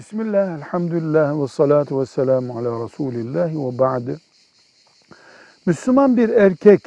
Bismillah, elhamdülillah ve salatu ve selamu ala Resulillah ve ba'd. Müslüman bir erkek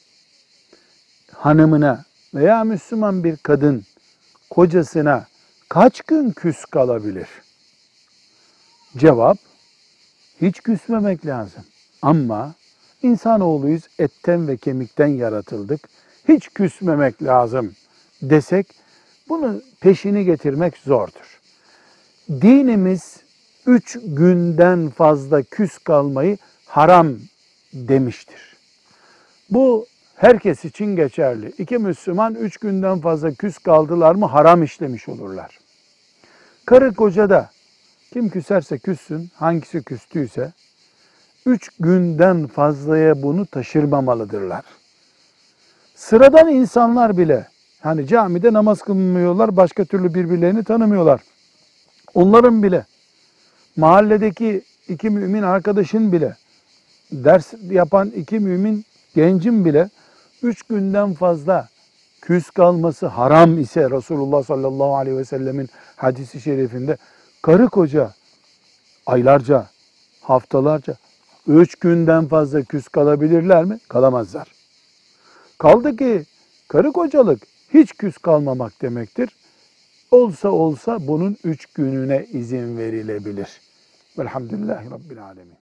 hanımına veya Müslüman bir kadın kocasına kaç gün küs kalabilir? Cevap, hiç küsmemek lazım. Ama insanoğluyuz, etten ve kemikten yaratıldık. Hiç küsmemek lazım desek, bunu peşini getirmek zordur. Dinimiz 3 günden fazla küs kalmayı haram demiştir. Bu herkes için geçerli. İki Müslüman 3 günden fazla küs kaldılar mı haram işlemiş olurlar. Karı koca da kim küserse küssün, hangisi küstüyse 3 günden fazlaya bunu taşırmamalıdırlar. Sıradan insanlar bile, hani camide namaz kılmıyorlar, başka türlü birbirlerini tanımıyorlar. Onların bile, mahalledeki iki mümin arkadaşın bile, ders yapan iki mümin gencin bile 3 günden fazla küs kalması haram ise Resulullah sallallahu aleyhi ve sellemin hadisi şerifinde karı koca aylarca, haftalarca 3 günden fazla küs kalabilirler mi? Kalamazlar. Kaldı ki karı kocalık hiç küs kalmamak demektir. Olsa olsa bunun 3 gününe izin verilebilir. Velhamdülillahi Rabbil Alemin.